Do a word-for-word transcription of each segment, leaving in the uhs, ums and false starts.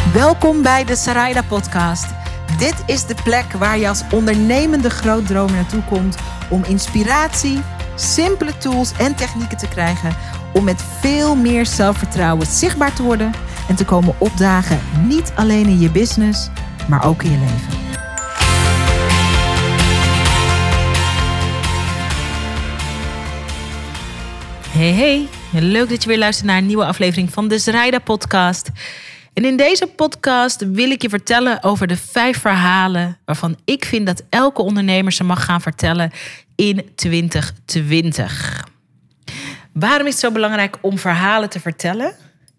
Welkom bij de Sarayda podcast. Dit is de plek waar je als ondernemende grootdromer naartoe komt om inspiratie, simpele tools en technieken te krijgen om met veel meer zelfvertrouwen zichtbaar te worden en te komen opdagen, niet alleen in je business, maar ook in je leven. Hey hey, leuk dat je weer luistert naar een nieuwe aflevering van de Sarayda podcast. En in deze podcast wil ik je vertellen over de vijf verhalen waarvan ik vind dat elke ondernemer ze mag gaan vertellen in twintig twintig. Waarom is het zo belangrijk om verhalen te vertellen?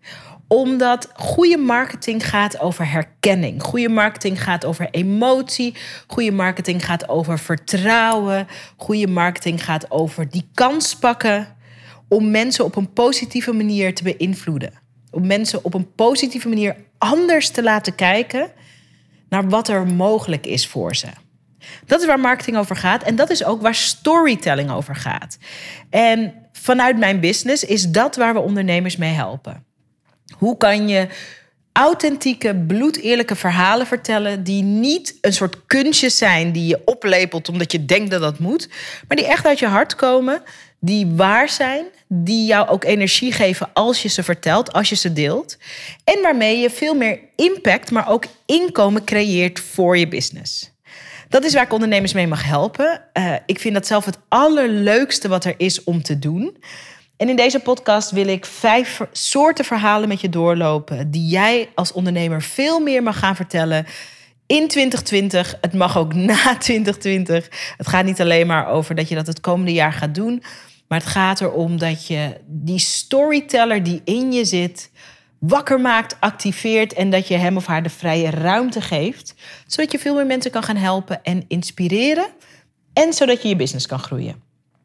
Omdat goede marketing gaat over herkenning. Goede marketing gaat over emotie. Goede marketing gaat over vertrouwen. Goede marketing gaat over die kans pakken om mensen op een positieve manier te beïnvloeden. Om mensen op een positieve manier anders te laten kijken naar wat er mogelijk is voor ze. Dat is waar marketing over gaat en dat is ook waar storytelling over gaat. En vanuit mijn business is dat waar we ondernemers mee helpen. Hoe kan je authentieke, bloedeerlijke verhalen vertellen die niet een soort kunstjes zijn die je oplepelt omdat je denkt dat dat moet, maar die echt uit je hart komen, die waar zijn, die jou ook energie geven als je ze vertelt, als je ze deelt. En waarmee je veel meer impact, maar ook inkomen creëert voor je business. Dat is waar ik ondernemers mee mag helpen. Uh, ik vind dat zelf het allerleukste wat er is om te doen. En in deze podcast wil ik vijf soorten verhalen met je doorlopen die jij als ondernemer veel meer mag gaan vertellen in twintig twintig. Het mag ook na twintig twintig. Het gaat niet alleen maar over dat je dat het komende jaar gaat doen, maar het gaat erom dat je die storyteller die in je zit wakker maakt, activeert en dat je hem of haar de vrije ruimte geeft, zodat je veel meer mensen kan gaan helpen en inspireren en zodat je je business kan groeien.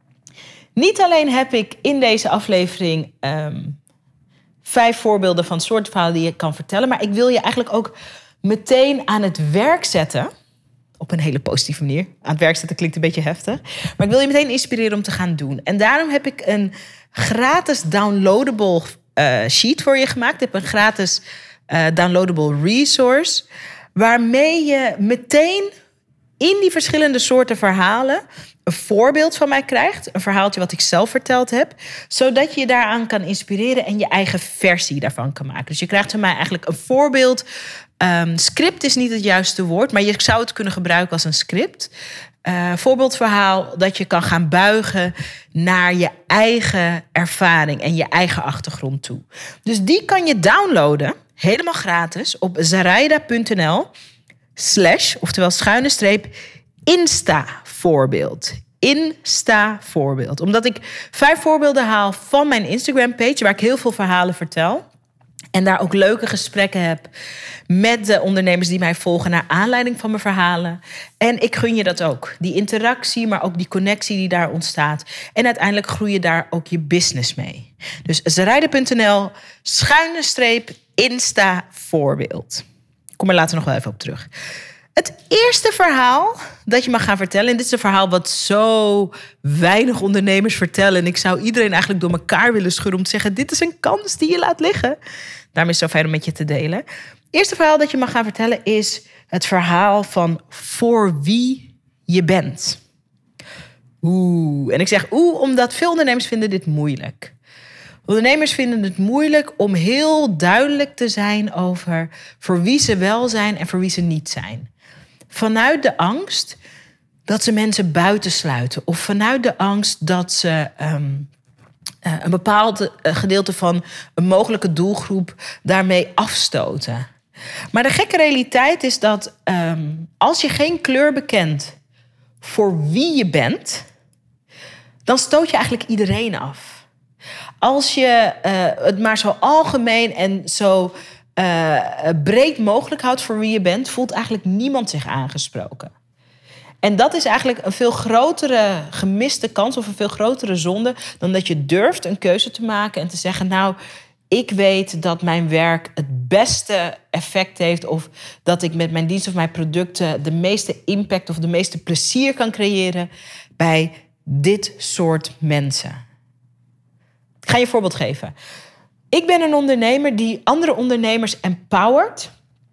Niet alleen heb ik in deze aflevering um, vijf voorbeelden van soorten verhalen die je kan vertellen, maar ik wil je eigenlijk ook meteen aan het werk zetten. Op een hele positieve manier. Aan het werk zetten klinkt een beetje heftig. Maar ik wil je meteen inspireren om te gaan doen. En daarom heb ik een gratis downloadable uh, sheet voor je gemaakt. Ik heb een gratis uh, downloadable resource. Waarmee je meteen in die verschillende soorten verhalen een voorbeeld van mij krijgt. Een verhaaltje wat ik zelf verteld heb. Zodat je je daaraan kan inspireren en je eigen versie daarvan kan maken. Dus je krijgt van mij eigenlijk een voorbeeld. Um, script is niet het juiste woord, maar je zou het kunnen gebruiken als een script. Uh, voorbeeldverhaal dat je kan gaan buigen naar je eigen ervaring en je eigen achtergrond toe. Dus die kan je downloaden, helemaal gratis, op sarayda.nl slash, oftewel schuine streep, Insta voorbeeld. Insta voorbeeld. Omdat ik vijf voorbeelden haal van mijn Instagram page, waar ik heel veel verhalen vertel. En daar ook leuke gesprekken heb met de ondernemers die mij volgen naar aanleiding van mijn verhalen. En ik gun je dat ook. Die interactie, maar ook die connectie die daar ontstaat. En uiteindelijk groei je daar ook je business mee. Dus sarayda.nl schuine streep Insta voorbeeld. Ik kom er later nog wel even op terug. Het eerste verhaal dat je mag gaan vertellen, en dit is een verhaal wat zo weinig ondernemers vertellen, en ik zou iedereen eigenlijk door elkaar willen schudden om te zeggen, dit is een kans die je laat liggen. Daarom is het zo fijn om met je te delen. Het eerste verhaal dat je mag gaan vertellen is het verhaal van voor wie je bent. Oeh, en ik zeg oeh, omdat veel ondernemers vinden dit moeilijk. Ondernemers vinden het moeilijk om heel duidelijk te zijn over voor wie ze wel zijn en voor wie ze niet zijn. Vanuit de angst dat ze mensen buitensluiten. Of vanuit de angst dat ze um, uh, een bepaald uh, gedeelte van een mogelijke doelgroep daarmee afstoten. Maar de gekke realiteit is dat um, als je geen kleur bekent voor wie je bent, dan stoot je eigenlijk iedereen af. Als je uh, het maar zo algemeen en zo uh, breed mogelijk houdt voor wie je bent, voelt eigenlijk niemand zich aangesproken. En dat is eigenlijk een veel grotere gemiste kans of een veel grotere zonde dan dat je durft een keuze te maken en te zeggen, nou, ik weet dat mijn werk het beste effect heeft of dat ik met mijn dienst of mijn producten de meeste impact of de meeste plezier kan creëren bij dit soort mensen. Ik ga je een voorbeeld geven. Ik ben een ondernemer die andere ondernemers empowert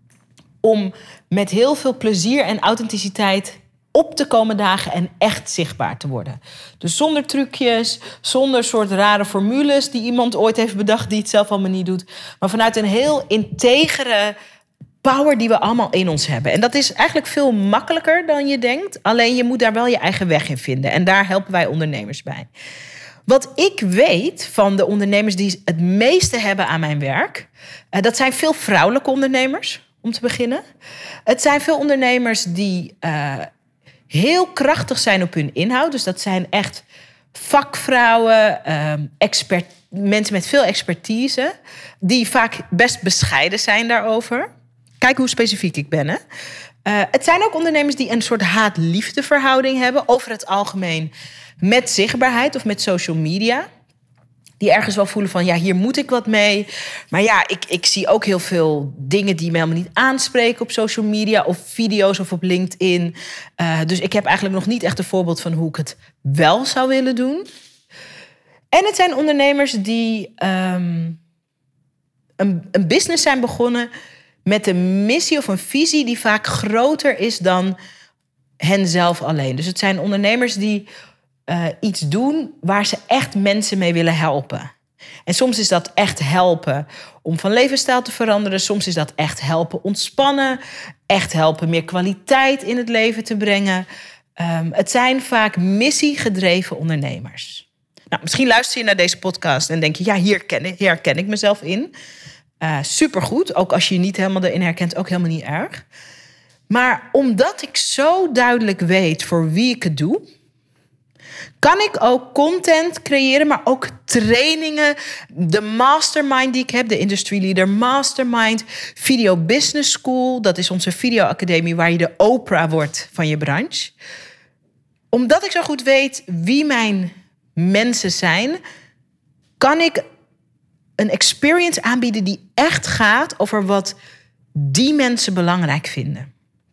om met heel veel plezier en authenticiteit op te komen dagen en echt zichtbaar te worden. Dus zonder trucjes, zonder soort rare formules die iemand ooit heeft bedacht die het zelf allemaal niet doet. Maar vanuit een heel integere power die we allemaal in ons hebben. En dat is eigenlijk veel makkelijker dan je denkt. Alleen je moet daar wel je eigen weg in vinden. En daar helpen wij ondernemers bij. Wat ik weet van de ondernemers die het meeste hebben aan mijn werk, dat zijn veel vrouwelijke ondernemers, om te beginnen. Het zijn veel ondernemers die uh, heel krachtig zijn op hun inhoud. Dus dat zijn echt vakvrouwen, uh, expert, mensen met veel expertise, die vaak best bescheiden zijn daarover. Kijk hoe specifiek ik ben, hè? Uh, het zijn ook ondernemers die een soort haat-liefde verhouding hebben over het algemeen met zichtbaarheid of met social media. Die ergens wel voelen van, ja, hier moet ik wat mee. Maar ja, ik, ik zie ook heel veel dingen die me helemaal niet aanspreken op social media of video's of op LinkedIn. Uh, dus ik heb eigenlijk nog niet echt een voorbeeld van hoe ik het wel zou willen doen. En het zijn ondernemers die um, een, een business zijn begonnen met een missie of een visie die vaak groter is dan henzelf alleen. Dus het zijn ondernemers die uh, iets doen waar ze echt mensen mee willen helpen. En soms is dat echt helpen om van levensstijl te veranderen. Soms is dat echt helpen ontspannen. Echt helpen meer kwaliteit in het leven te brengen. Um, het zijn vaak missiegedreven ondernemers. Nou, misschien luister je naar deze podcast en denk je, ja, hier herken ik, hier herken ik mezelf in. Uh, supergoed, ook als je je niet helemaal erin herkent, ook helemaal niet erg. Maar omdat ik zo duidelijk weet voor wie ik het doe, kan ik ook content creëren, maar ook trainingen. De mastermind die ik heb, de Industry Leader Mastermind, Video Business School, dat is onze videoacademie waar je de Oprah wordt van je branche. Omdat ik zo goed weet wie mijn mensen zijn, kan ik een experience aanbieden die echt gaat over wat die mensen belangrijk vinden.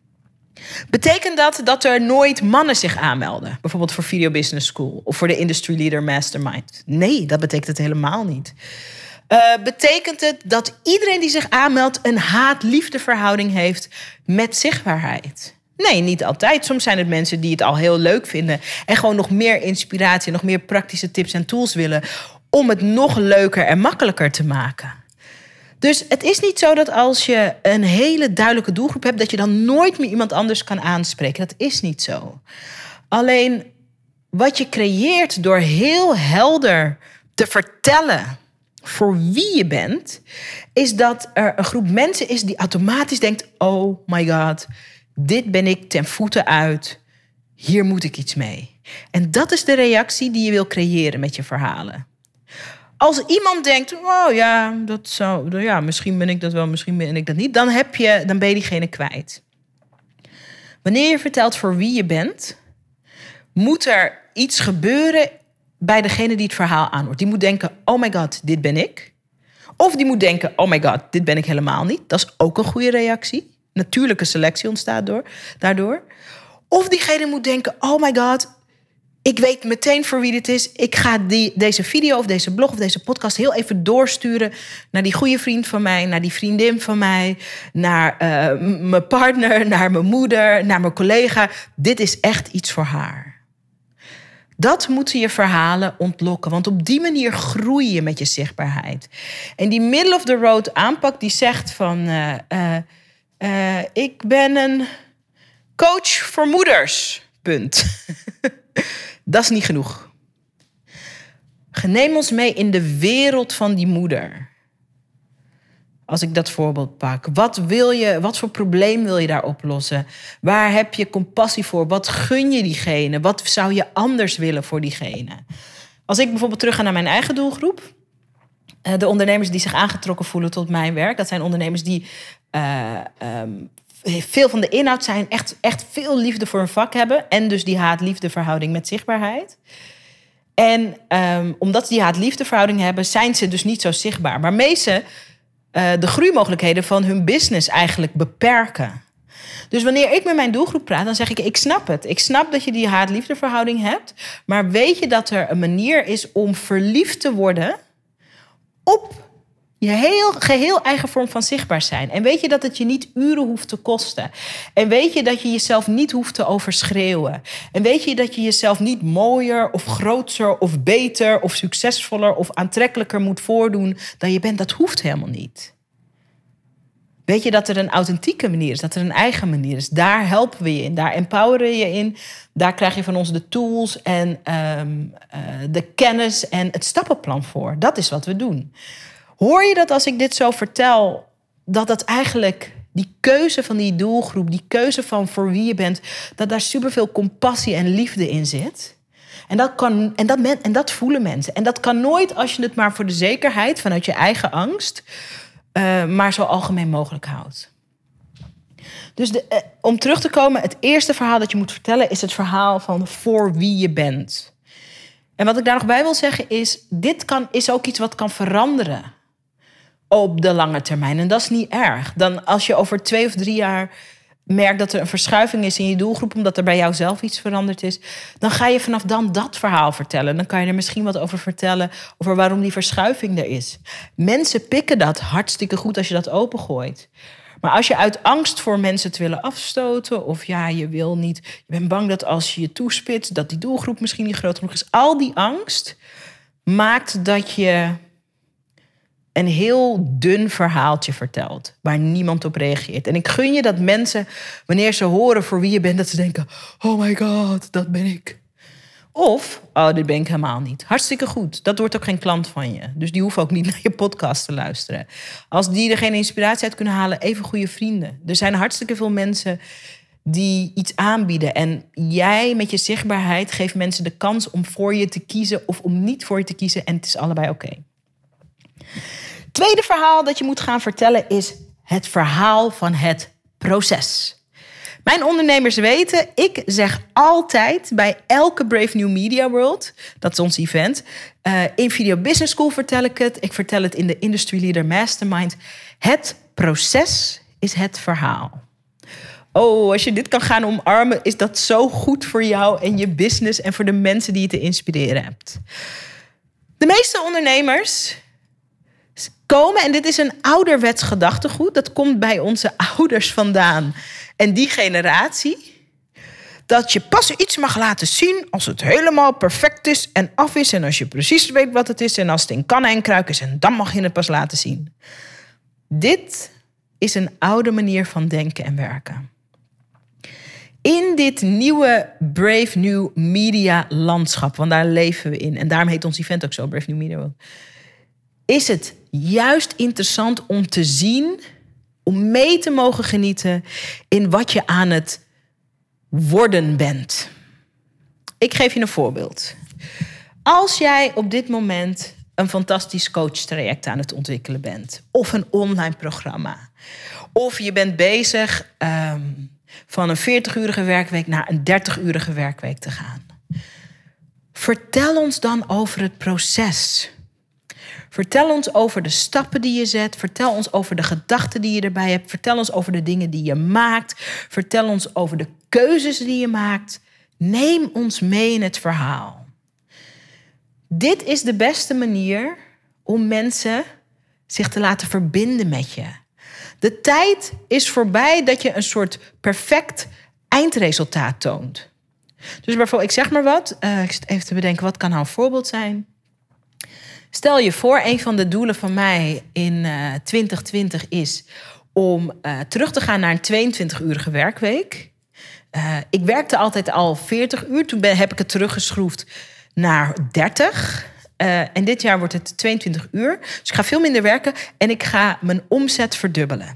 Betekent dat dat er nooit mannen zich aanmelden? Bijvoorbeeld voor Video Business School of voor de Industry Leader Mastermind? Nee, dat betekent het helemaal niet. Uh, betekent het dat iedereen die zich aanmeldt een haat-liefde verhouding heeft met zichtbaarheid? Nee, niet altijd. Soms zijn het mensen die het al heel leuk vinden en gewoon nog meer inspiratie, nog meer praktische tips en tools willen om het nog leuker en makkelijker te maken. Dus het is niet zo dat als je een hele duidelijke doelgroep hebt, dat je dan nooit meer iemand anders kan aanspreken. Dat is niet zo. Alleen wat je creëert door heel helder te vertellen voor wie je bent, is dat er een groep mensen is die automatisch denkt, oh my god, dit ben ik ten voeten uit. Hier moet ik iets mee. En dat is de reactie die je wil creëren met je verhalen. Als iemand denkt, oh ja, dat zou, ja, misschien ben ik dat wel, misschien ben ik dat niet, dan, heb je, dan ben je diegene kwijt. Wanneer je vertelt voor wie je bent, moet er iets gebeuren bij degene die het verhaal aanhoort. Die moet denken, oh my god, dit ben ik. Of die moet denken, oh my god, dit ben ik helemaal niet. Dat is ook een goede reactie. Natuurlijke selectie ontstaat door, daardoor. Of diegene moet denken, oh my god, ik weet meteen voor wie dit is. Ik ga die, deze video of deze blog of deze podcast heel even doorsturen naar die goede vriend van mij, naar die vriendin van mij, naar uh, mijn partner, naar mijn moeder, naar mijn collega. Dit is echt iets voor haar. Dat moeten je verhalen ontlokken, want op die manier groei je met je zichtbaarheid. En die middle of the road aanpak die zegt van, uh, uh, uh, ik ben een coach voor moeders, punt. Dat is niet genoeg. Neem ons mee in de wereld van die moeder. Als ik dat voorbeeld pak. Wat wil je, wat voor probleem wil je daar oplossen? Waar heb je compassie voor? Wat gun je diegene? Wat zou je anders willen voor diegene? Als ik bijvoorbeeld terug ga naar mijn eigen doelgroep. De ondernemers die zich aangetrokken voelen tot mijn werk. Dat zijn ondernemers die Uh, um, veel van de inhoud zijn, echt, echt veel liefde voor hun vak hebben. En dus die haat-liefde verhouding met zichtbaarheid. En um, omdat ze die haat-liefde verhouding hebben, zijn ze dus niet zo zichtbaar. Waarmee ze uh, de groeimogelijkheden van hun business eigenlijk beperken. Dus wanneer ik met mijn doelgroep praat, dan zeg ik, ik snap het. Ik snap dat je die haat-liefde verhouding hebt. Maar weet je dat er een manier is om verliefd te worden op Je heel, geheel eigen vorm van zichtbaar zijn. En weet je dat het je niet uren hoeft te kosten. En weet je dat je jezelf niet hoeft te overschreeuwen. En weet je dat je jezelf niet mooier of groter of beter of succesvoller of aantrekkelijker moet voordoen dan je bent. Dat hoeft helemaal niet. Weet je dat er een authentieke manier is, dat er een eigen manier is. Daar helpen we je in, daar empoweren we je in. Daar krijg je van ons de tools en um, uh, de kennis en het stappenplan voor. Dat is wat we doen. Hoor je dat als ik dit zo vertel, dat dat eigenlijk die keuze van die doelgroep, die keuze van voor wie je bent, dat daar superveel compassie en liefde in zit? En dat, kan, en, dat men, en dat voelen mensen. En dat kan nooit als je het maar voor de zekerheid vanuit je eigen angst, uh, maar zo algemeen mogelijk houdt. Dus de, uh, om terug te komen, het eerste verhaal dat je moet vertellen is het verhaal van voor wie je bent. En wat ik daar nog bij wil zeggen is, dit kan, is ook iets wat kan veranderen op de lange termijn. En dat is niet erg. Dan als je over twee of drie jaar merkt dat er een verschuiving is in je doelgroep, omdat er bij jou zelf iets veranderd is, dan ga je vanaf dan dat verhaal vertellen. Dan kan je er misschien wat over vertellen, over waarom die verschuiving er is. Mensen pikken dat hartstikke goed als je dat opengooit. Maar als je uit angst voor mensen te willen afstoten, of ja, je wil niet, je bent bang dat als je je toespitst, dat die doelgroep misschien niet groot genoeg is. Al die angst maakt dat je een heel dun verhaaltje vertelt, waar niemand op reageert. En ik gun je dat mensen, wanneer ze horen voor wie je bent, dat ze denken, oh my god, dat ben ik. Of, oh, dit ben ik helemaal niet. Hartstikke goed. Dat wordt ook geen klant van je. Dus die hoeven ook niet naar je podcast te luisteren. Als die er geen inspiratie uit kunnen halen, even goede vrienden. Er zijn hartstikke veel mensen die iets aanbieden. En jij met je zichtbaarheid geeft mensen de kans om voor je te kiezen of om niet voor je te kiezen. En het is allebei oké. Okay. Tweede verhaal dat je moet gaan vertellen is het verhaal van het proces. Mijn ondernemers weten, ik zeg altijd bij elke Brave New Media World, dat is ons event, uh, in Video Business School vertel ik het, ik vertel het in de Industry Leader Mastermind. Het proces is het verhaal. Oh, als je dit kan gaan omarmen, is dat zo goed voor jou en je business en voor de mensen die je te inspireren hebt. De meeste ondernemers komen, en dit is een ouderwets gedachtegoed, dat komt bij onze ouders vandaan en die generatie, dat je pas iets mag laten zien als het helemaal perfect is en af is en als je precies weet wat het is en als het in kannen en kruik is en dan mag je het pas laten zien. Dit is een oude manier van denken en werken. In dit nieuwe Brave New Media landschap, want daar leven we in en daarom heet ons event ook zo, Brave New Media World, is het juist interessant om te zien, om mee te mogen genieten in wat je aan het worden bent. Ik geef je een voorbeeld. Als jij op dit moment een fantastisch coachtraject aan het ontwikkelen bent, of een online programma, of je bent bezig um, van een veertig-urige werkweek naar een dertig-urige werkweek te gaan, vertel ons dan over het proces. Vertel ons over de stappen die je zet. Vertel ons over de gedachten die je erbij hebt. Vertel ons over de dingen die je maakt. Vertel ons over de keuzes die je maakt. Neem ons mee in het verhaal. Dit is de beste manier om mensen zich te laten verbinden met je. De tijd is voorbij dat je een soort perfect eindresultaat toont. Dus bijvoorbeeld, ik zeg maar wat. Uh, ik zit even te bedenken, wat kan nou een voorbeeld zijn? Stel je voor, een van de doelen van mij in uh, twintig twintig is om uh, terug te gaan naar een tweeëntwintig-urige werkweek. Uh, ik werkte altijd al veertig uur. Toen ben, heb ik het teruggeschroefd naar dertig. Uh, en dit jaar wordt het tweeëntwintig uur. Dus ik ga veel minder werken en ik ga mijn omzet verdubbelen.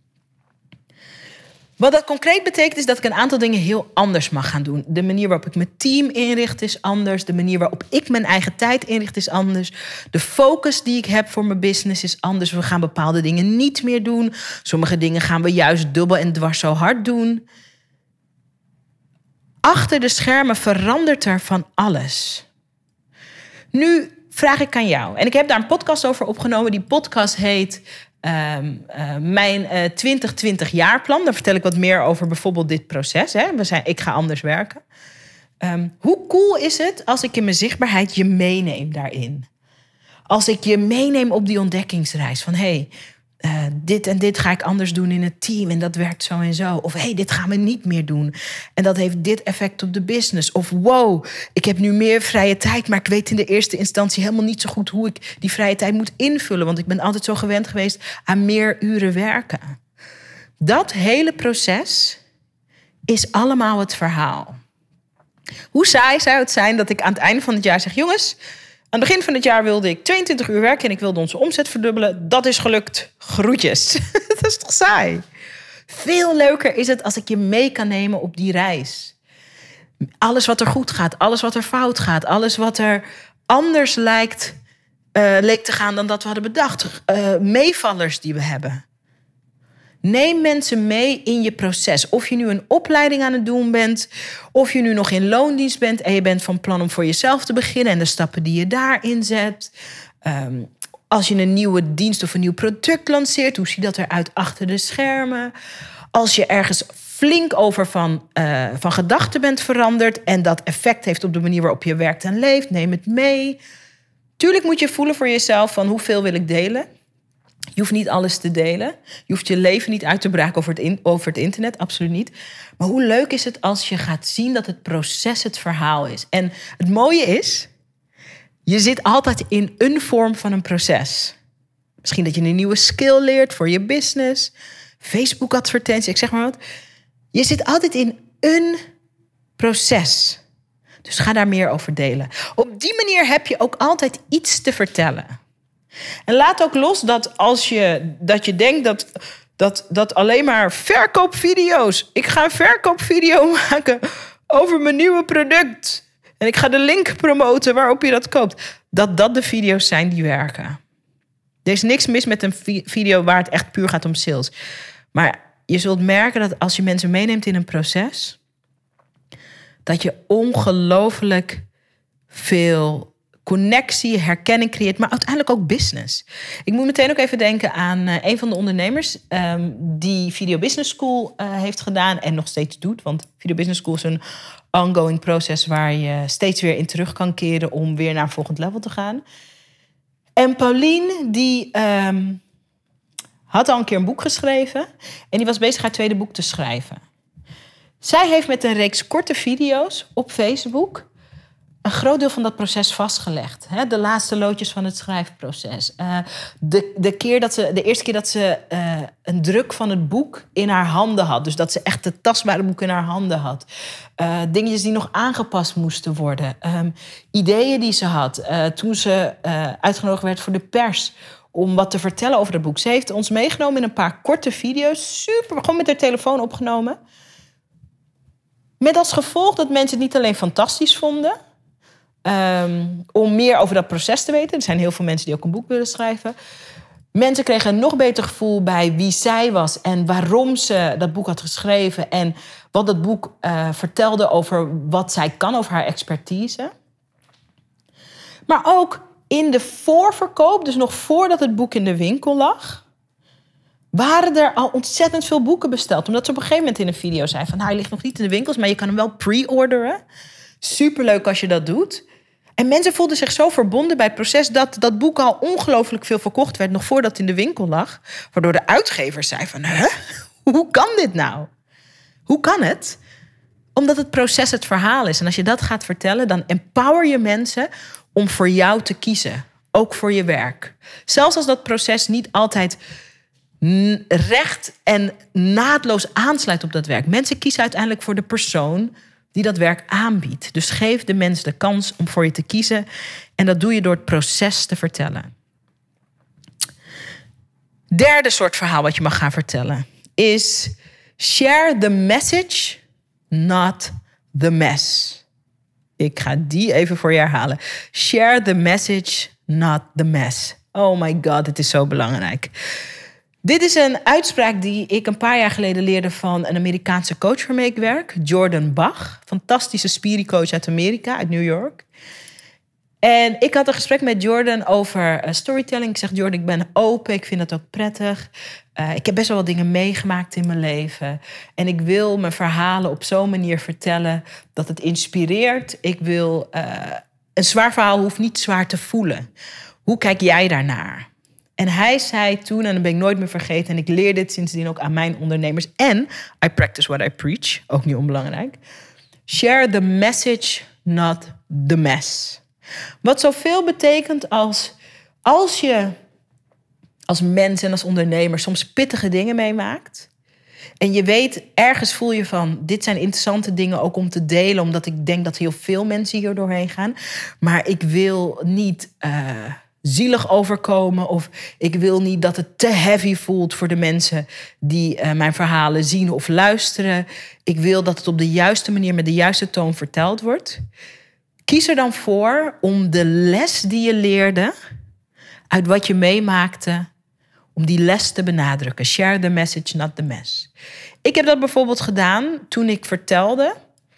Wat dat concreet betekent is dat ik een aantal dingen heel anders mag gaan doen. De manier waarop ik mijn team inricht is anders. De manier waarop ik mijn eigen tijd inricht is anders. De focus die ik heb voor mijn business is anders. We gaan bepaalde dingen niet meer doen. Sommige dingen gaan we juist dubbel en dwars zo hard doen. Achter de schermen verandert er van alles. Nu vraag ik aan jou. En ik heb daar een podcast over opgenomen. Die podcast heet Um, uh, mijn uh, twintig twintig jaarplan. Daar vertel ik wat meer over bijvoorbeeld dit proces. Hè? We zijn, ik ga anders werken. Um, hoe cool is het als ik in mijn zichtbaarheid je meeneem daarin? Als ik je meeneem op die ontdekkingsreis. Van hé, hey, uh, dit en dit ga ik anders doen in het team. En dat werkt zo en zo. Of hé, hey, dit gaan we niet meer doen. En dat heeft dit effect op de business. Of wow, ik heb nu meer vrije tijd. Maar ik weet in de eerste instantie helemaal niet zo goed hoe ik die vrije tijd moet invullen. Want ik ben altijd zo gewend geweest aan meer uren werken. Dat hele proces is allemaal het verhaal. Hoe saai zou het zijn dat ik aan het einde van het jaar zeg... jongens, aan het begin van het jaar wilde ik tweeëntwintig uur werken... en ik wilde onze omzet verdubbelen. Dat is gelukt. Groetjes. Dat is toch saai? Veel leuker is het als ik je mee kan nemen op die reis. Alles wat er goed gaat, alles wat er fout gaat... alles wat er anders lijkt, uh, leek te gaan dan dat we hadden bedacht. Uh, meevallers die we hebben. Neem mensen mee in je proces. Of je nu een opleiding aan het doen bent... of je nu nog in loondienst bent... en je bent van plan om voor jezelf te beginnen... en de stappen die je daarin zet. Um, als je een nieuwe dienst of een nieuw product lanceert... hoe ziet dat eruit achter de schermen? Als je ergens flink over van, uh, van gedachten bent veranderd... en dat effect heeft op de manier waarop je werkt en leeft... neem het mee. Tuurlijk moet je voelen voor jezelf van hoeveel wil ik delen... Je hoeft niet alles te delen. Je hoeft je leven niet uit te braken over het, in, over het internet. Absoluut niet. Maar hoe leuk is het als je gaat zien dat het proces het verhaal is. En het mooie is, je zit altijd in een vorm van een proces. Misschien dat je een nieuwe skill leert voor je business. Facebook-advertentie, ik zeg maar wat. Je zit altijd in een proces. Dus ga daar meer over delen. Op die manier heb je ook altijd iets te vertellen. En laat ook los dat als je, dat je denkt dat, dat, dat alleen maar verkoopvideo's... ik ga een verkoopvideo maken over mijn nieuwe product... en ik ga de link promoten waarop je dat koopt... dat dat de video's zijn die werken. Er is niks mis met een video waar het echt puur gaat om sales. Maar je zult merken dat als je mensen meeneemt in een proces... dat je ongelooflijk veel... connectie, herkenning creëert, maar uiteindelijk ook business. Ik moet meteen ook even denken aan uh, een van de ondernemers... Um, die Video Business School uh, heeft gedaan en nog steeds doet. Want Video Business School is een ongoing proces... waar je steeds weer in terug kan keren... om weer naar een volgend level te gaan. En Pauline, die um, had al een keer een boek geschreven... en die was bezig haar tweede boek te schrijven. Zij heeft met een reeks korte video's op Facebook... een groot deel van dat proces vastgelegd. Hè? De laatste loodjes van het schrijfproces. Uh, de, de, keer dat ze, de eerste keer dat ze uh, een druk van het boek in haar handen had. Dus dat ze echt het tastbare boek in haar handen had. Uh, dingetjes die nog aangepast moesten worden. Um, ideeën die ze had. Uh, toen ze uh, uitgenodigd werd voor de pers... om wat te vertellen over het boek. Ze heeft ons meegenomen in een paar korte video's. Super, gewoon met haar telefoon opgenomen. Met als gevolg dat mensen het niet alleen fantastisch vonden... Um, om meer over dat proces te weten. Er zijn heel veel mensen die ook een boek willen schrijven. Mensen kregen een nog beter gevoel bij wie zij was... en waarom ze dat boek had geschreven... en wat dat boek uh, vertelde over wat zij kan, over haar expertise. Maar ook in de voorverkoop, dus nog voordat het boek in de winkel lag... waren er al ontzettend veel boeken besteld. Omdat ze op een gegeven moment in een video zei... van, nou, hij ligt nog niet in de winkels, maar je kan hem wel pre-orderen. Superleuk als je dat doet. En mensen voelden zich zo verbonden bij het proces... dat dat boek al ongelooflijk veel verkocht werd... nog voordat het in de winkel lag. Waardoor de uitgever zei van... Huh? Hoe kan dit nou? Hoe kan het? Omdat het proces het verhaal is. En als je dat gaat vertellen... dan empower je mensen om voor jou te kiezen. Ook voor je werk. Zelfs als dat proces niet altijd... recht en naadloos aansluit op dat werk. Mensen kiezen uiteindelijk voor de persoon... die dat werk aanbiedt. Dus geef de mensen de kans om voor je te kiezen. En dat doe je door het proces te vertellen. Derde soort verhaal wat je mag gaan vertellen... is share the message, not the mess. Ik ga die even voor je herhalen. Share the message, not the mess. Oh my god, het is zo belangrijk. Dit is een uitspraak die ik een paar jaar geleden leerde... van een Amerikaanse coach waarmee ik werk, Jordan Bach. Fantastische spiricoach uit Amerika, uit New York. En ik had een gesprek met Jordan over uh, storytelling. Ik zeg, Jordan, ik ben open, ik vind dat ook prettig. Uh, ik heb best wel wat dingen meegemaakt in mijn leven. En ik wil mijn verhalen op zo'n manier vertellen... dat het inspireert. Ik wil... Uh, een zwaar verhaal hoeft niet zwaar te voelen... Hoe kijk jij daarnaar? En hij zei toen, en dat ben ik nooit meer vergeten, en ik leer dit sindsdien ook aan mijn ondernemers. En I practice what I preach, ook niet onbelangrijk. Share the message, not the mess. Wat zoveel betekent als, als je als mens en als ondernemer soms pittige dingen meemaakt. En je weet, ergens voel je van, dit zijn interessante dingen ook om te delen. Omdat ik denk dat heel veel mensen hier doorheen gaan. Maar ik wil niet uh, zielig overkomen. Of ik wil niet dat het te heavy voelt voor de mensen die uh, mijn verhalen zien of luisteren. Ik wil dat het op de juiste manier met de juiste toon verteld wordt. Kies er dan voor om de les die je leerde uit wat je meemaakte, om die les te benadrukken. Share the message, not the mess. Ik heb dat bijvoorbeeld gedaan toen ik vertelde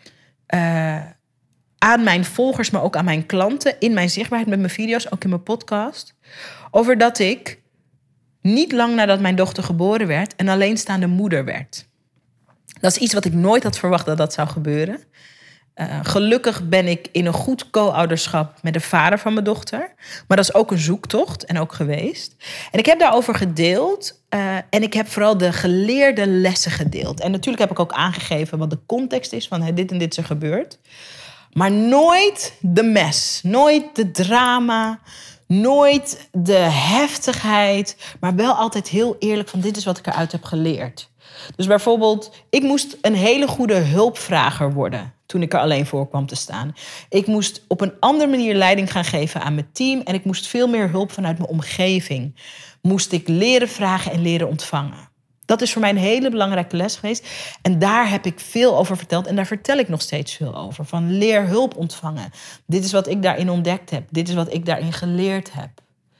uh, aan mijn volgers, maar ook aan mijn klanten, in mijn zichtbaarheid met mijn video's, ook in mijn podcast, over dat ik niet lang nadat mijn dochter geboren werd een alleenstaande moeder werd. Dat is iets wat ik nooit had verwacht dat dat zou gebeuren. Uh, gelukkig ben ik in een goed co-ouderschap met de vader van mijn dochter. Maar dat is ook een zoektocht en ook geweest. En ik heb daarover gedeeld. Uh, en ik heb vooral de geleerde lessen gedeeld. En natuurlijk heb ik ook aangegeven wat de context is van hey, dit en dit is er gebeurd. Maar nooit de mes. Nooit de drama. Nooit de heftigheid. Maar wel altijd heel eerlijk van dit is wat ik eruit heb geleerd. Dus bijvoorbeeld, ik moest een hele goede hulpvrager worden toen ik er alleen voor kwam te staan. Ik moest op een andere manier leiding gaan geven aan mijn team. En ik moest veel meer hulp vanuit mijn omgeving. Moest ik leren vragen en leren ontvangen. Dat is voor mij een hele belangrijke les geweest. En daar heb ik veel over verteld. En daar vertel ik nog steeds veel over. Van leer hulp ontvangen. Dit is wat ik daarin ontdekt heb. Dit is wat ik daarin geleerd heb.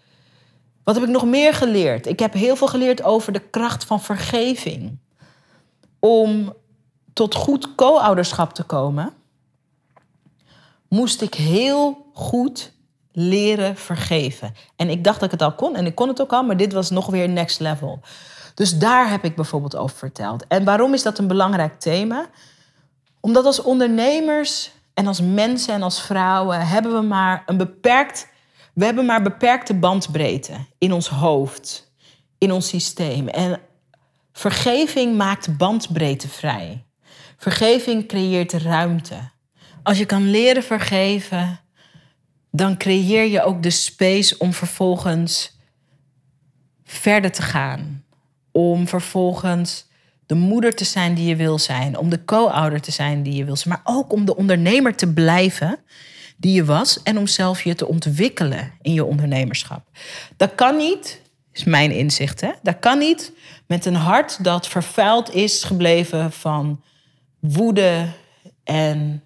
Wat heb ik nog meer geleerd? Ik heb heel veel geleerd over de kracht van vergeving. Om tot goed co-ouderschap te komen, moest ik heel goed leren vergeven. En ik dacht dat ik het al kon, en ik kon het ook al, maar dit was nog weer next level. Dus daar heb ik bijvoorbeeld over verteld. En waarom is dat een belangrijk thema? Omdat als ondernemers en als mensen en als vrouwen hebben we maar een beperkt, we hebben maar beperkte bandbreedte in ons hoofd, in ons systeem. En vergeving maakt bandbreedte vrij. Vergeving creëert ruimte. Als je kan leren vergeven, dan creëer je ook de space om vervolgens verder te gaan. Om vervolgens de moeder te zijn die je wil zijn. Om de co-ouder te zijn die je wil zijn. Maar ook om de ondernemer te blijven die je was. En om zelf je te ontwikkelen in je ondernemerschap. Dat kan niet, is mijn inzicht, hè? Dat kan niet met een hart dat vervuild is gebleven van woede en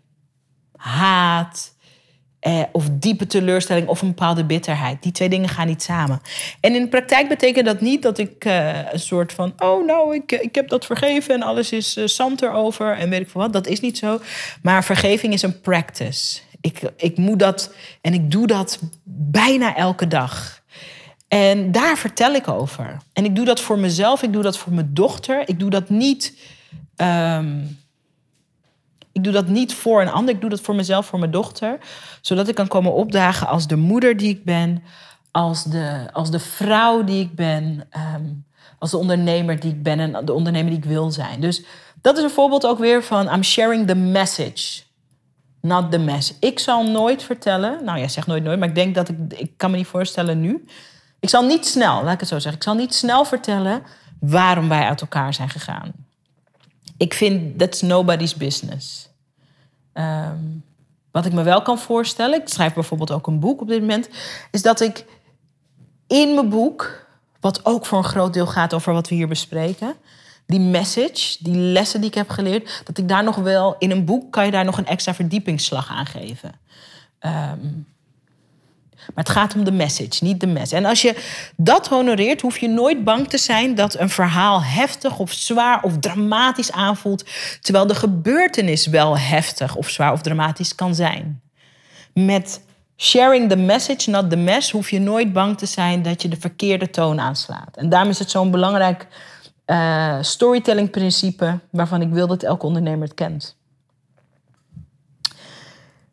haat. Eh, of diepe teleurstelling of een bepaalde bitterheid. Die twee dingen gaan niet samen. En in de praktijk betekent dat niet dat ik uh, een soort van, oh nou, ik, ik heb dat vergeven en alles is uh, zand erover en weet ik veel wat. Dat is niet zo. Maar vergeving is een practice. Ik, ik moet dat en ik doe dat bijna elke dag. En daar vertel ik over. En ik doe dat voor mezelf, ik doe dat voor mijn dochter. Ik doe dat niet, um, ik doe dat niet voor een ander. Ik doe dat voor mezelf, voor mijn dochter. Zodat ik kan komen opdagen als de moeder die ik ben. Als de, als de vrouw die ik ben. Um, als de ondernemer die ik ben en de ondernemer die ik wil zijn. Dus dat is een voorbeeld ook weer van I'm sharing the message. Not the mess. Ik zal nooit vertellen, nou ja, zeg nooit nooit, maar ik denk dat ik, ik kan me niet voorstellen nu. Ik zal niet snel, laat ik het zo zeggen, ik zal niet snel vertellen waarom wij uit elkaar zijn gegaan. Ik vind that's nobody's business. Um, wat ik me wel kan voorstellen, ik schrijf bijvoorbeeld ook een boek op dit moment, is dat ik in mijn boek, wat ook voor een groot deel gaat over wat we hier bespreken, die message, die lessen die ik heb geleerd, dat ik daar nog wel, in een boek kan je daar nog een extra verdiepingsslag aan geven. Um, maar het gaat om de message, niet de mess. En als je dat honoreert, hoef je nooit bang te zijn dat een verhaal heftig of zwaar of dramatisch aanvoelt, terwijl de gebeurtenis wel heftig of zwaar of dramatisch kan zijn. Met sharing the message, not the mess, hoef je nooit bang te zijn dat je de verkeerde toon aanslaat. En daarom is het zo'n belangrijk Uh, storytelling principe waarvan ik wil dat elke ondernemer het kent.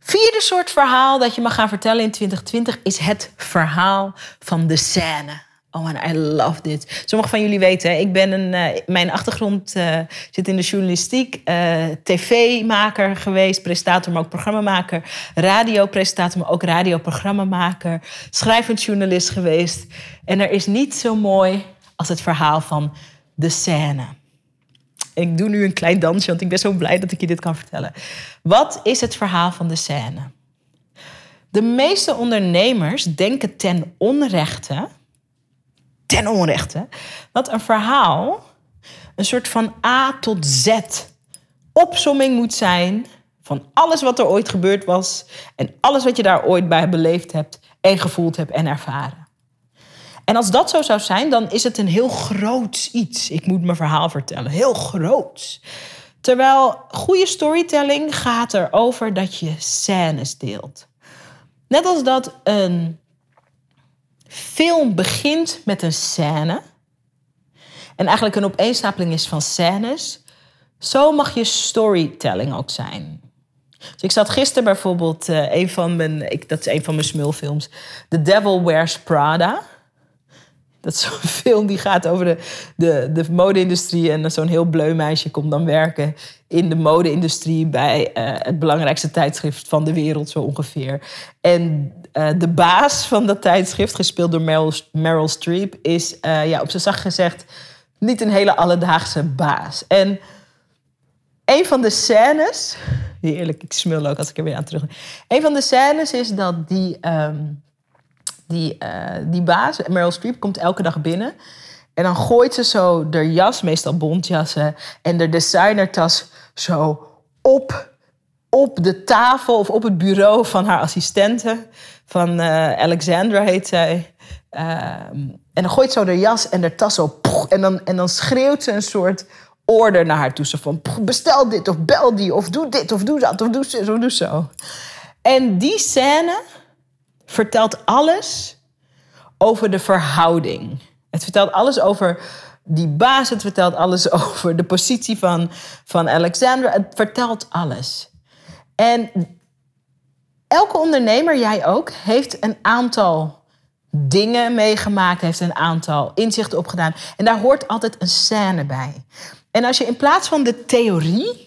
Vierde soort verhaal dat je mag gaan vertellen in twintig twintig is het verhaal van de scène. Oh, and I love dit. Sommigen van jullie weten, ik ben een, uh, mijn achtergrond uh, zit in de journalistiek. Uh, tv-maker geweest, presentator, maar ook programmamaker. Radiopresentator, maar ook radioprogrammamaker. Schrijvend journalist geweest. En er is niet zo mooi als het verhaal van de scène. Ik doe nu een klein dansje, want ik ben zo blij dat ik je dit kan vertellen. Wat is het verhaal van de scène? De meeste ondernemers denken ten onrechte... ten onrechte, dat een verhaal een soort van A tot Z opsomming moet zijn van alles wat er ooit gebeurd was en alles wat je daar ooit bij beleefd hebt en gevoeld hebt en ervaren. En als dat zo zou zijn, dan is het een heel groots iets. Ik moet mijn verhaal vertellen, heel groots. Terwijl goede storytelling gaat erover dat je scènes deelt. Net als dat een film begint met een scène en eigenlijk een opeenstapeling is van scènes, zo mag je storytelling ook zijn. Dus ik zat gisteren bijvoorbeeld, uh, een van mijn, ik, dat is een van mijn smulfilms, The Devil Wears Prada. Dat is zo'n film die gaat over de, de, de mode-industrie en zo'n heel bleu meisje komt dan werken in de mode-industrie bij uh, het belangrijkste tijdschrift van de wereld, zo ongeveer. En uh, de baas van dat tijdschrift, gespeeld door Meryl, Meryl Streep, is uh, ja, op zijn zacht gezegd niet een hele alledaagse baas. En een van de scènes, heerlijk, ik smul ook als ik er weer aan terug ben. Een van de scènes is dat die, um, die, uh, die baas, Meryl Streep, komt elke dag binnen. En dan gooit ze zo haar jas, meestal bontjassen, en de designertas zo op, op de tafel of op het bureau van haar assistente. Van uh, Alexandra heet zij. Uh, en dan gooit ze zo haar jas en haar tas zo. Poch, en, dan, en dan schreeuwt ze een soort order naar haar toe. Zo van, poch, bestel dit of bel die of doe dit of doe dat of doe zo of doe zo. En die scène vertelt alles over de verhouding. Het vertelt alles over die baas. Het vertelt alles over de positie van, van Alexandra. Het vertelt alles. En elke ondernemer, jij ook, heeft een aantal dingen meegemaakt. Heeft een aantal inzichten opgedaan. En daar hoort altijd een scène bij. En als je in plaats van de theorie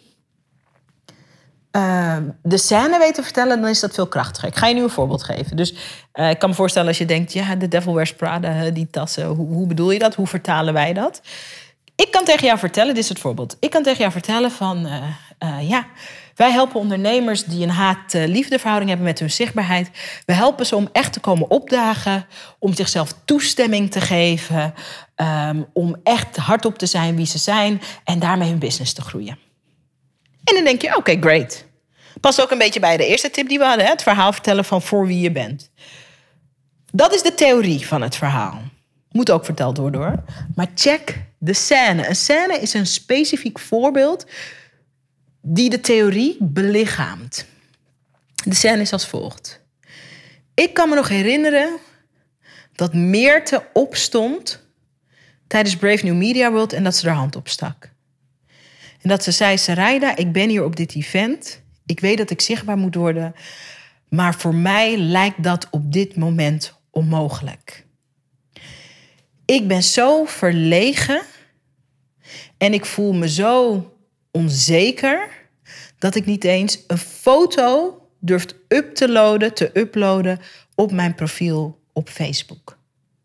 Uh, de scène weet te vertellen, dan is dat veel krachtiger. Ik ga je nu een voorbeeld geven. Dus uh, ik kan me voorstellen als je denkt, ja, The Devil Wears Prada, die tassen, hoe, hoe bedoel je dat? Hoe vertalen wij dat? Ik kan tegen jou vertellen, dit is het voorbeeld. Ik kan tegen jou vertellen van, uh, uh, ja, wij helpen ondernemers die een haat-liefdeverhouding hebben met hun zichtbaarheid. We helpen ze om echt te komen opdagen, om zichzelf toestemming te geven, um, om echt hardop te zijn wie ze zijn en daarmee hun business te groeien. En dan denk je, oké, okay, great. Past ook een beetje bij de eerste tip die we hadden. Hè? Het verhaal vertellen van voor wie je bent. Dat is de theorie van het verhaal. Moet ook verteld worden hoor. Maar check de scène. Een scène is een specifiek voorbeeld die de theorie belichaamt. De scène is als volgt. Ik kan me nog herinneren dat Meerte opstond tijdens Brave New Media World en dat ze haar hand opstak. En dat ze zei, Sarayda, ik ben hier op dit event. Ik weet dat ik zichtbaar moet worden. Maar voor mij lijkt dat op dit moment onmogelijk. Ik ben zo verlegen. En ik voel me zo onzeker. Dat ik niet eens een foto durf up te loaden, te uploaden op mijn profiel op Facebook.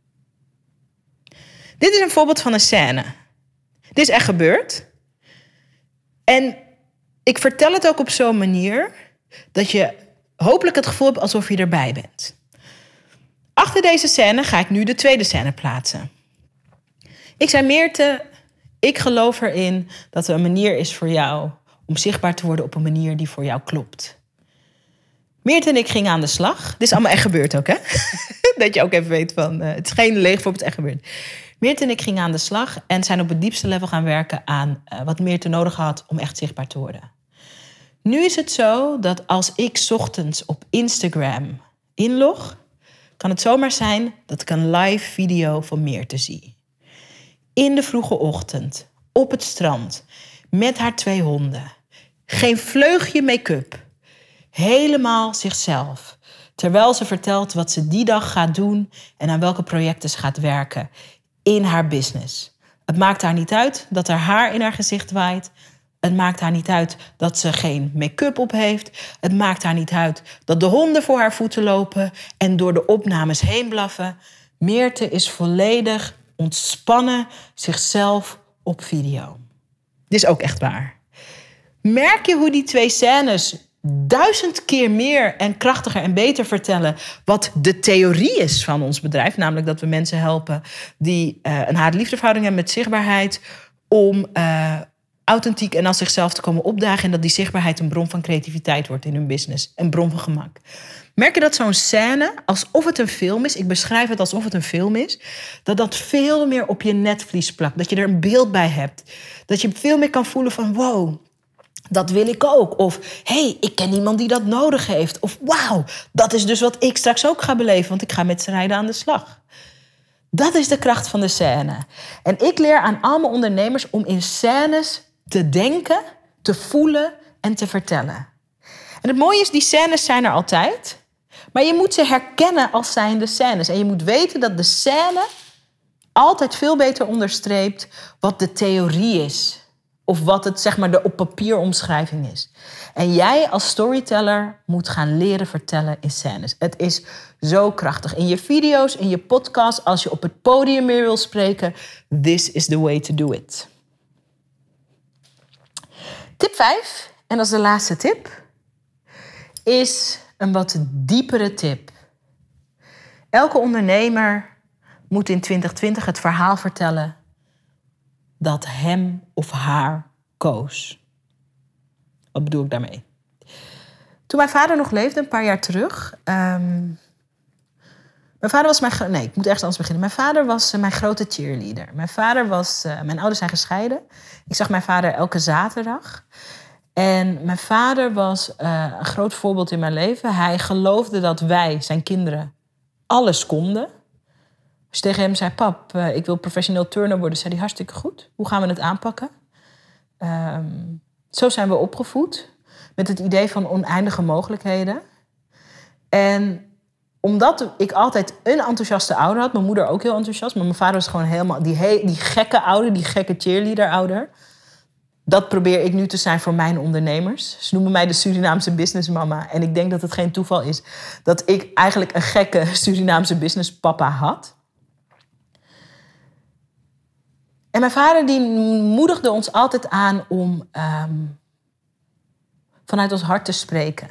Dit is een voorbeeld van een scène. Dit is echt gebeurd. En ik vertel het ook op zo'n manier dat je hopelijk het gevoel hebt alsof je erbij bent. Achter deze scène ga ik nu de tweede scène plaatsen. Ik zei, Meerte, ik geloof erin dat er een manier is voor jou om zichtbaar te worden op een manier die voor jou klopt. Meerte en ik gingen aan de slag. Dit is allemaal echt gebeurd ook, hè? Dat je ook even weet van, uh, het is geen leeg voor het echt gebeurd. Meerte en ik gingen aan de slag en zijn op het diepste level gaan werken aan uh, wat Meerte nodig had om echt zichtbaar te worden. Nu is het zo dat als ik 's ochtends op Instagram inlog, kan het zomaar zijn dat ik een live video van Meerte zie. In de vroege ochtend, op het strand, met haar twee honden. Geen vleugje make-up. Helemaal zichzelf. Terwijl ze vertelt wat ze die dag gaat doen en aan welke projecten ze gaat werken in haar business. Het maakt haar niet uit dat haar haar in haar gezicht waait. Het maakt haar niet uit dat ze geen make-up op heeft. Het maakt haar niet uit dat de honden voor haar voeten lopen en door de opnames heen blaffen. Meerte is volledig ontspannen zichzelf op video. Dit is ook echt waar. Merk je hoe die twee scènes duizend keer meer en krachtiger en beter vertellen wat de theorie is van ons bedrijf. Namelijk dat we mensen helpen die uh, een haat-liefdeverhouding hebben met zichtbaarheid om uh, authentiek en als zichzelf te komen opdagen en dat die zichtbaarheid een bron van creativiteit wordt in hun business. Een bron van gemak. Merk je dat zo'n scène, alsof het een film is, ik beschrijf het alsof het een film is, dat dat veel meer op je netvlies plakt. Dat je er een beeld bij hebt. Dat je veel meer kan voelen van wow, dat wil ik ook. Of hey, ik ken iemand die dat nodig heeft. Of wauw, dat is dus wat ik straks ook ga beleven, want ik ga met Zaraida aan de slag. Dat is de kracht van de scène. En ik leer aan allemaal ondernemers om in scènes te denken, te voelen en te vertellen. En het mooie is, die scènes zijn er altijd. Maar je moet ze herkennen als zijnde scènes. En je moet weten dat de scène altijd veel beter onderstreept wat de theorie is. Of wat het, zeg maar, de op papier omschrijving is. En jij als storyteller moet gaan leren vertellen in scènes. Het is zo krachtig. In je video's, in je podcast, als je op het podium meer wil spreken. This is the way to do it. Tip vijf, en dat is de laatste tip, is een wat diepere tip. Elke ondernemer moet in twintig twintig het verhaal vertellen dat hem of haar koos. Wat bedoel ik daarmee? Toen mijn vader nog leefde, een paar jaar terug. Um, mijn vader was mijn... Nee, ik moet ergens anders beginnen. Mijn vader was uh, mijn grote cheerleader. Mijn vader was... Uh, mijn ouders zijn gescheiden. Ik zag mijn vader elke zaterdag. En mijn vader was uh, een groot voorbeeld in mijn leven. Hij geloofde dat wij, zijn kinderen, alles konden. Als je tegen hem zei, pap, uh, ik wil professioneel turner worden, zei hij, hartstikke goed. Hoe gaan we het aanpakken? Um, zo zijn we opgevoed. Met het idee van oneindige mogelijkheden. En omdat ik altijd een enthousiaste ouder had, mijn moeder ook heel enthousiast, maar mijn vader was gewoon helemaal die, he- die gekke ouder, die gekke cheerleader-ouder. Dat probeer ik nu te zijn voor mijn ondernemers. Ze noemen mij de Surinaamse businessmama. En ik denk dat het geen toeval is dat ik eigenlijk een gekke Surinaamse businesspapa had. En mijn vader die moedigde ons altijd aan om um, vanuit ons hart te spreken.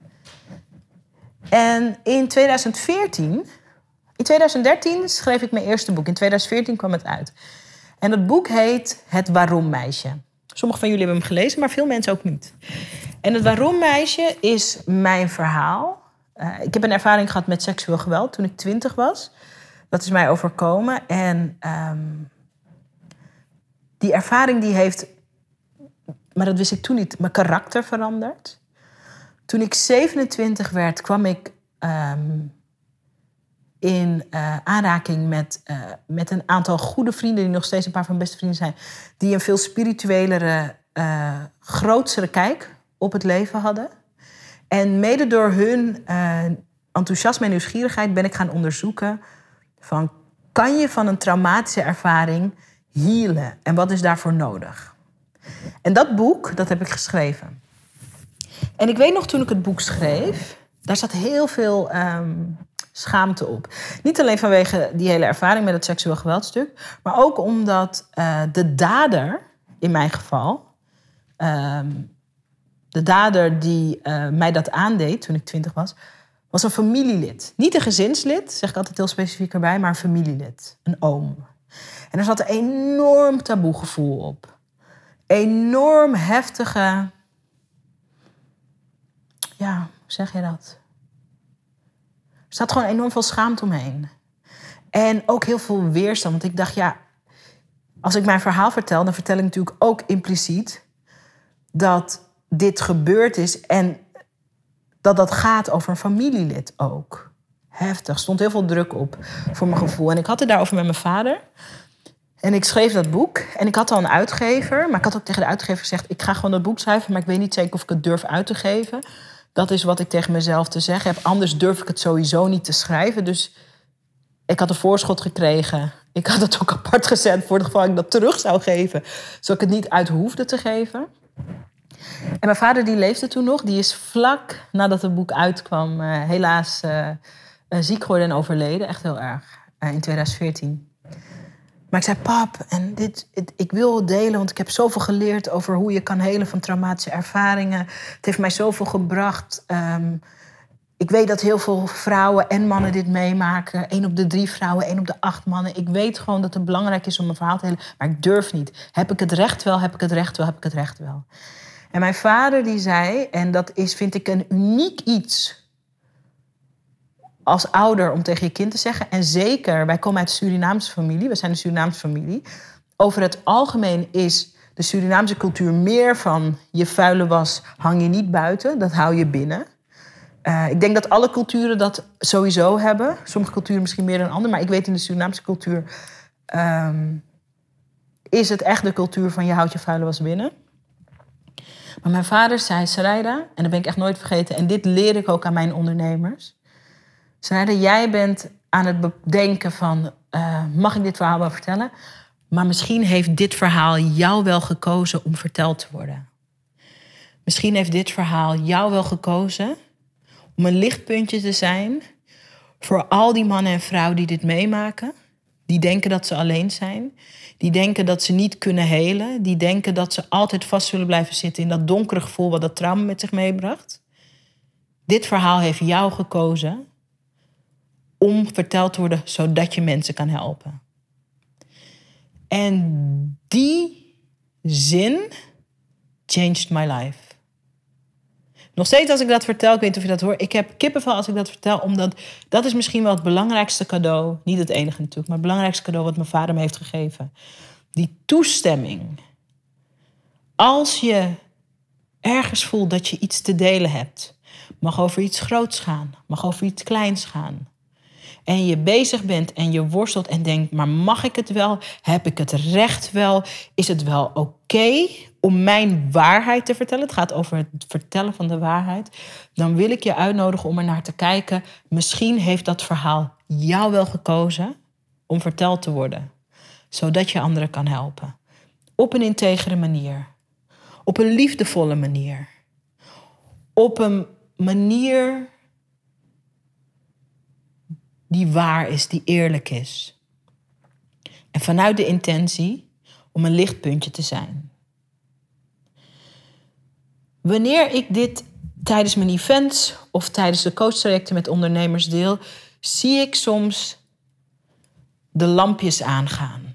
En in twintig veertien, in twintig dertien schreef ik mijn eerste boek. In twintig veertien kwam het uit. En dat boek heet Het Waarom Meisje. Sommigen van jullie hebben hem gelezen, maar veel mensen ook niet. En het Waarom Meisje is mijn verhaal. Uh, ik heb een ervaring gehad met seksueel geweld toen ik twintig was. Dat is mij overkomen. En um, die ervaring die heeft, maar dat wist ik toen niet, mijn karakter veranderd. Toen ik zevenentwintig werd, kwam ik um, in uh, aanraking met, uh, met een aantal goede vrienden, die nog steeds een paar van mijn beste vrienden zijn, die een veel spirituelere, uh, grootsere kijk op het leven hadden. En mede door hun uh, enthousiasme en nieuwsgierigheid ben ik gaan onderzoeken van, kan je van een traumatische ervaring healen? En wat is daarvoor nodig? En dat boek, dat heb ik geschreven. En ik weet nog, toen ik het boek schreef, daar zat heel veel um, schaamte op. Niet alleen vanwege die hele ervaring met het seksueel geweldstuk, maar ook omdat uh, de dader, in mijn geval, um, de dader die uh, mij dat aandeed toen ik twintig was, was een familielid. Niet een gezinslid, zeg ik altijd heel specifiek erbij, maar een familielid, een oom. En er zat een enorm taboegevoel op. Enorm heftige, ja, hoe zeg je dat? Er staat gewoon enorm veel schaamte omheen. En ook heel veel weerstand. Want ik dacht, ja, als ik mijn verhaal vertel, dan vertel ik natuurlijk ook impliciet dat dit gebeurd is en dat dat gaat over een familielid ook. Heftig. Er stond heel veel druk op voor mijn gevoel. En ik had het daarover met mijn vader. En ik schreef dat boek. En ik had al een uitgever. Maar ik had ook tegen de uitgever gezegd, ik ga gewoon dat boek schrijven, maar ik weet niet zeker of ik het durf uit te geven. Dat is wat ik tegen mezelf te zeggen heb. Anders durf ik het sowieso niet te schrijven. Dus ik had een voorschot gekregen. Ik had het ook apart gezet voor het geval ik dat terug zou geven. Zodat ik het niet uit hoefde te geven. En mijn vader die leefde toen nog. Die is vlak nadat het boek uitkwam uh, helaas uh, uh, ziek geworden en overleden. Echt heel erg. Uh, in twintig veertien. Maar ik zei, pap, en dit, het, ik wil het delen, want ik heb zoveel geleerd over hoe je kan helen van traumatische ervaringen. Het heeft mij zoveel gebracht. Um, ik weet dat heel veel vrouwen en mannen dit meemaken. Eén op de drie vrouwen, één op de acht mannen. Ik weet gewoon dat het belangrijk is om een verhaal te helen, maar ik durf niet. Heb ik het recht wel, heb ik het recht wel, heb ik het recht wel. En mijn vader die zei, en dat is, vind ik, een uniek iets als ouder om tegen je kind te zeggen. En zeker, wij komen uit een Surinaamse familie. We zijn een Surinaamse familie. Over het algemeen is de Surinaamse cultuur meer van je vuile was hang je niet buiten. Dat hou je binnen. Uh, ik denk dat alle culturen dat sowieso hebben. Sommige culturen misschien meer dan andere. Maar ik weet in de Surinaamse cultuur um, is het echt de cultuur van je houdt je vuile was binnen. Maar mijn vader zei, Sarayda, en dat ben ik echt nooit vergeten. En dit leer ik ook aan mijn ondernemers. Sarayda, jij bent aan het bedenken van, uh, mag ik dit verhaal wel vertellen? Maar misschien heeft dit verhaal jou wel gekozen om verteld te worden. Misschien heeft dit verhaal jou wel gekozen om een lichtpuntje te zijn voor al die mannen en vrouwen die dit meemaken. Die denken dat ze alleen zijn. Die denken dat ze niet kunnen helen. Die denken dat ze altijd vast zullen blijven zitten in dat donkere gevoel wat dat trauma met zich meebracht. Dit verhaal heeft jou gekozen om verteld te worden, zodat je mensen kan helpen. En die zin changed my life. Nog steeds als ik dat vertel, ik weet niet of je dat hoort, ik heb kippenvel als ik dat vertel, omdat dat is misschien wel het belangrijkste cadeau, niet het enige natuurlijk, maar het belangrijkste cadeau wat mijn vader me heeft gegeven. Die toestemming. Als je ergens voelt dat je iets te delen hebt, mag over iets groots gaan, mag over iets kleins gaan. En je bezig bent en je worstelt en denkt, maar mag ik het wel? Heb ik het recht wel? Is het wel oké okay om mijn waarheid te vertellen? Het gaat over het vertellen van de waarheid. Dan wil ik je uitnodigen om er naar te kijken. Misschien heeft dat verhaal jou wel gekozen om verteld te worden. Zodat je anderen kan helpen. Op een integere manier. Op een liefdevolle manier. Op een manier die waar is, die eerlijk is. En vanuit de intentie om een lichtpuntje te zijn. Wanneer ik dit tijdens mijn events of tijdens de coachtrajecten met ondernemers deel, zie ik soms de lampjes aangaan.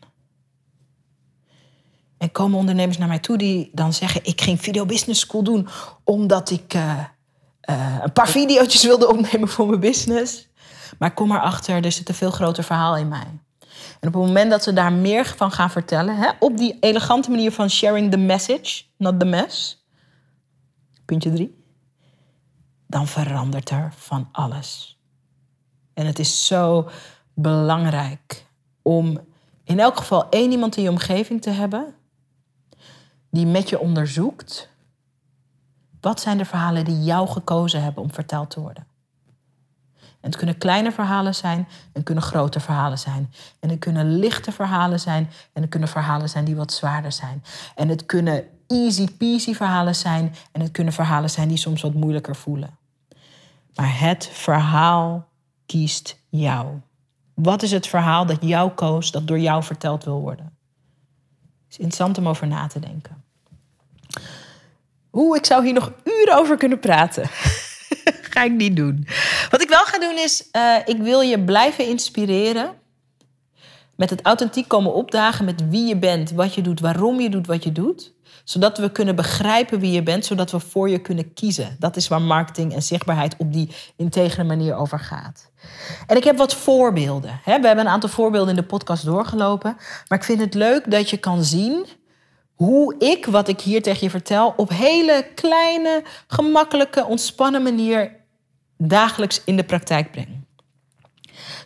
En komen ondernemers naar mij toe die dan zeggen, ik ging Video Business School doen omdat ik uh, uh, een paar video's wilde opnemen voor mijn business. Maar ik kom erachter, er zit een veel groter verhaal in mij. En op het moment dat ze daar meer van gaan vertellen, hè, op die elegante manier van sharing the message, not the mess, puntje drie, dan verandert er van alles. En het is zo belangrijk om in elk geval één iemand in je omgeving te hebben die met je onderzoekt, wat zijn de verhalen die jou gekozen hebben om verteld te worden. En het kunnen kleine verhalen zijn en het kunnen grote verhalen zijn. En het kunnen lichte verhalen zijn en het kunnen verhalen zijn die wat zwaarder zijn. En het kunnen easy peasy verhalen zijn en het kunnen verhalen zijn die soms wat moeilijker voelen. Maar het verhaal kiest jou. Wat is het verhaal dat jou koos, dat door jou verteld wil worden? Het is interessant om over na te denken. Oeh, ik zou hier nog uren over kunnen praten. Ga ik niet doen. Wat ik wel ga doen is, uh, ik wil je blijven inspireren. Met het authentiek komen opdagen met wie je bent, wat je doet, waarom je doet wat je doet. Zodat we kunnen begrijpen wie je bent, zodat we voor je kunnen kiezen. Dat is waar marketing en zichtbaarheid op die integere manier over gaat. En ik heb wat voorbeelden. We hebben een aantal voorbeelden in de podcast doorgelopen. Maar ik vind het leuk dat je kan zien hoe ik, wat ik hier tegen je vertel, op hele kleine, gemakkelijke, ontspannen manier dagelijks in de praktijk breng.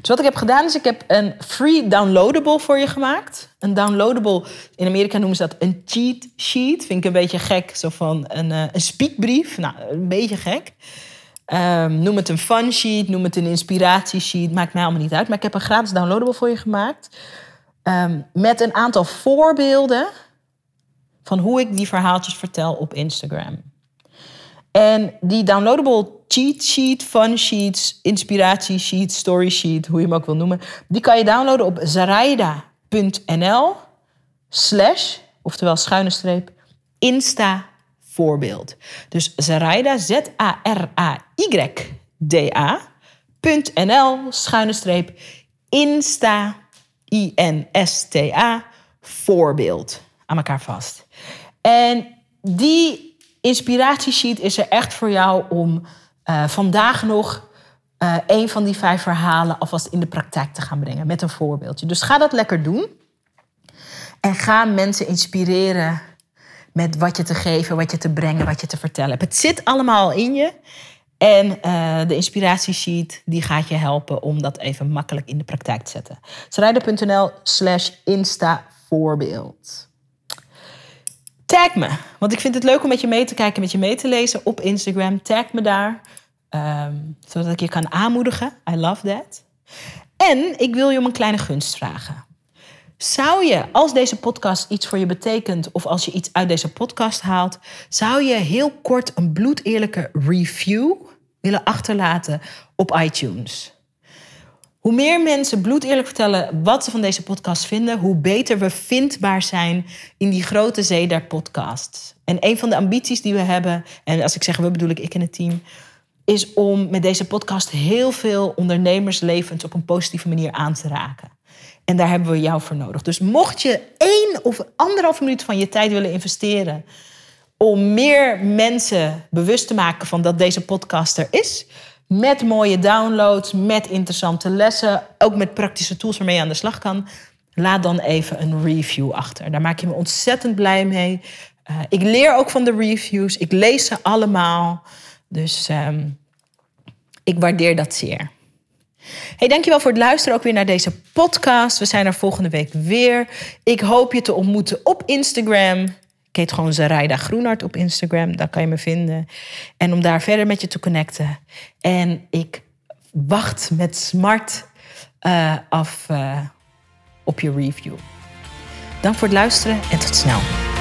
Dus wat ik heb gedaan is, ik heb een free downloadable voor je gemaakt. Een downloadable, in Amerika noemen ze dat een cheat sheet. Vind ik een beetje gek, zo van een, uh, een speakbrief. Nou, een beetje gek. Um, noem het een fun sheet, noem het een inspiratiesheet. Maakt mij allemaal niet uit. Maar ik heb een gratis downloadable voor je gemaakt. Um, met een aantal voorbeelden van hoe ik die verhaaltjes vertel op Instagram. En die downloadable cheat sheet, fun sheets, inspiratie sheet, story sheet, hoe je hem ook wil noemen, die kan je downloaden op zaraida.nl slash, oftewel schuine streep, Insta voorbeeld. Dus Zaraida, Z A R A Y D A, .nl, schuine streep, Insta, I N S T A, voorbeeld. Aan elkaar vast. En die inspiratiesheet is er echt voor jou om uh, vandaag nog uh, een van die vijf verhalen alvast in de praktijk te gaan brengen. Met een voorbeeldje. Dus ga dat lekker doen. En ga mensen inspireren met wat je te geven, wat je te brengen, wat je te vertellen hebt. Het zit allemaal in je. En uh, de inspiratiesheet die gaat je helpen om dat even makkelijk in de praktijk te zetten. Zaraida.nl slash Insta voorbeeld. Tag me, want ik vind het leuk om met je mee te kijken, met je mee te lezen op Instagram. Tag me daar, um, zodat ik je kan aanmoedigen. I love that. En ik wil je om een kleine gunst vragen. Zou je, als deze podcast iets voor je betekent, of als je iets uit deze podcast haalt, zou je heel kort een bloedeerlijke review willen achterlaten op iTunes? Hoe meer mensen bloedeerlijk vertellen wat ze van deze podcast vinden, hoe beter we vindbaar zijn in die grote zee der podcasts. En een van de ambities die we hebben, en als ik zeg we bedoel ik ik en het team, is om met deze podcast heel veel ondernemerslevens op een positieve manier aan te raken. En daar hebben we jou voor nodig. Dus mocht je één of anderhalf minuut van je tijd willen investeren om meer mensen bewust te maken van dat deze podcast er is, met mooie downloads, met interessante lessen, ook met praktische tools waarmee je aan de slag kan, laat dan even een review achter. Daar maak je me ontzettend blij mee. Uh, ik leer ook van de reviews. Ik lees ze allemaal. Dus um, ik waardeer dat zeer. Hey, dankjewel voor het luisteren ook weer naar deze podcast. We zijn er volgende week weer. Ik hoop je te ontmoeten op Instagram. Ik heet gewoon Zaraida Groenhart op Instagram. Daar kan je me vinden. En om daar verder met je te connecten. En ik wacht met smart uh, af uh, op je review. Dank voor het luisteren en tot snel.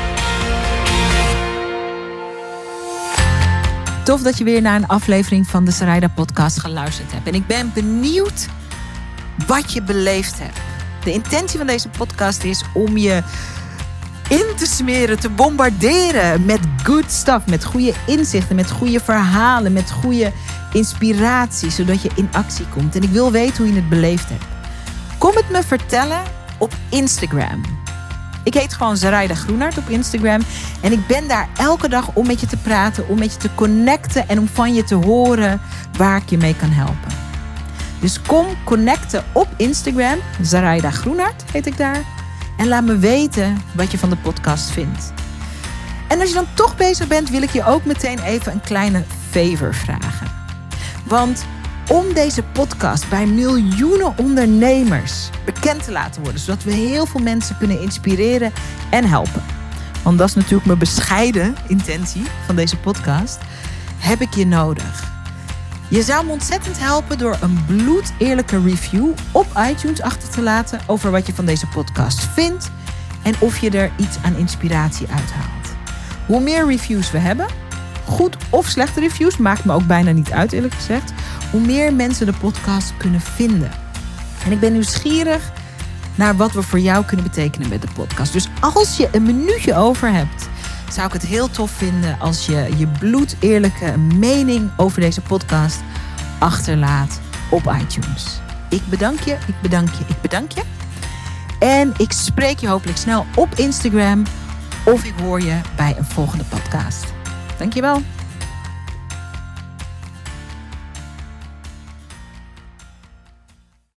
Tof dat je weer naar een aflevering van de Zaraida podcast geluisterd hebt. En ik ben benieuwd wat je beleefd hebt. De intentie van deze podcast is om je in te smeren, te bombarderen met good stuff. Met goede inzichten, met goede verhalen, met goede inspiratie. Zodat je in actie komt. En ik wil weten hoe je het beleefd hebt. Kom het me vertellen op Instagram. Ik heet gewoon Zaraida Groenhart op Instagram. En ik ben daar elke dag om met je te praten, om met je te connecten en om van je te horen waar ik je mee kan helpen. Dus kom connecten op Instagram. Zaraida Groenhart heet ik daar. En laat me weten wat je van de podcast vindt. En als je dan toch bezig bent, wil ik je ook meteen even een kleine favor vragen. Want om deze podcast bij miljoenen ondernemers bekend te laten worden, zodat we heel veel mensen kunnen inspireren en helpen. Want dat is natuurlijk mijn bescheiden intentie van deze podcast. Heb ik je nodig. Je zou me ontzettend helpen door een bloedeerlijke review op iTunes achter te laten over wat je van deze podcast vindt en of je er iets aan inspiratie uithaalt. Hoe meer reviews we hebben, goed of slechte reviews, maakt me ook bijna niet uit eerlijk gezegd, hoe meer mensen de podcast kunnen vinden. En ik ben nieuwsgierig naar wat we voor jou kunnen betekenen met de podcast. Dus als je een minuutje over hebt, zou ik het heel tof vinden als je je bloedeerlijke mening over deze podcast achterlaat op iTunes. Ik bedank je, ik bedank je, ik bedank je. En ik spreek je hopelijk snel op Instagram of ik hoor je bij een volgende podcast. Dankjewel.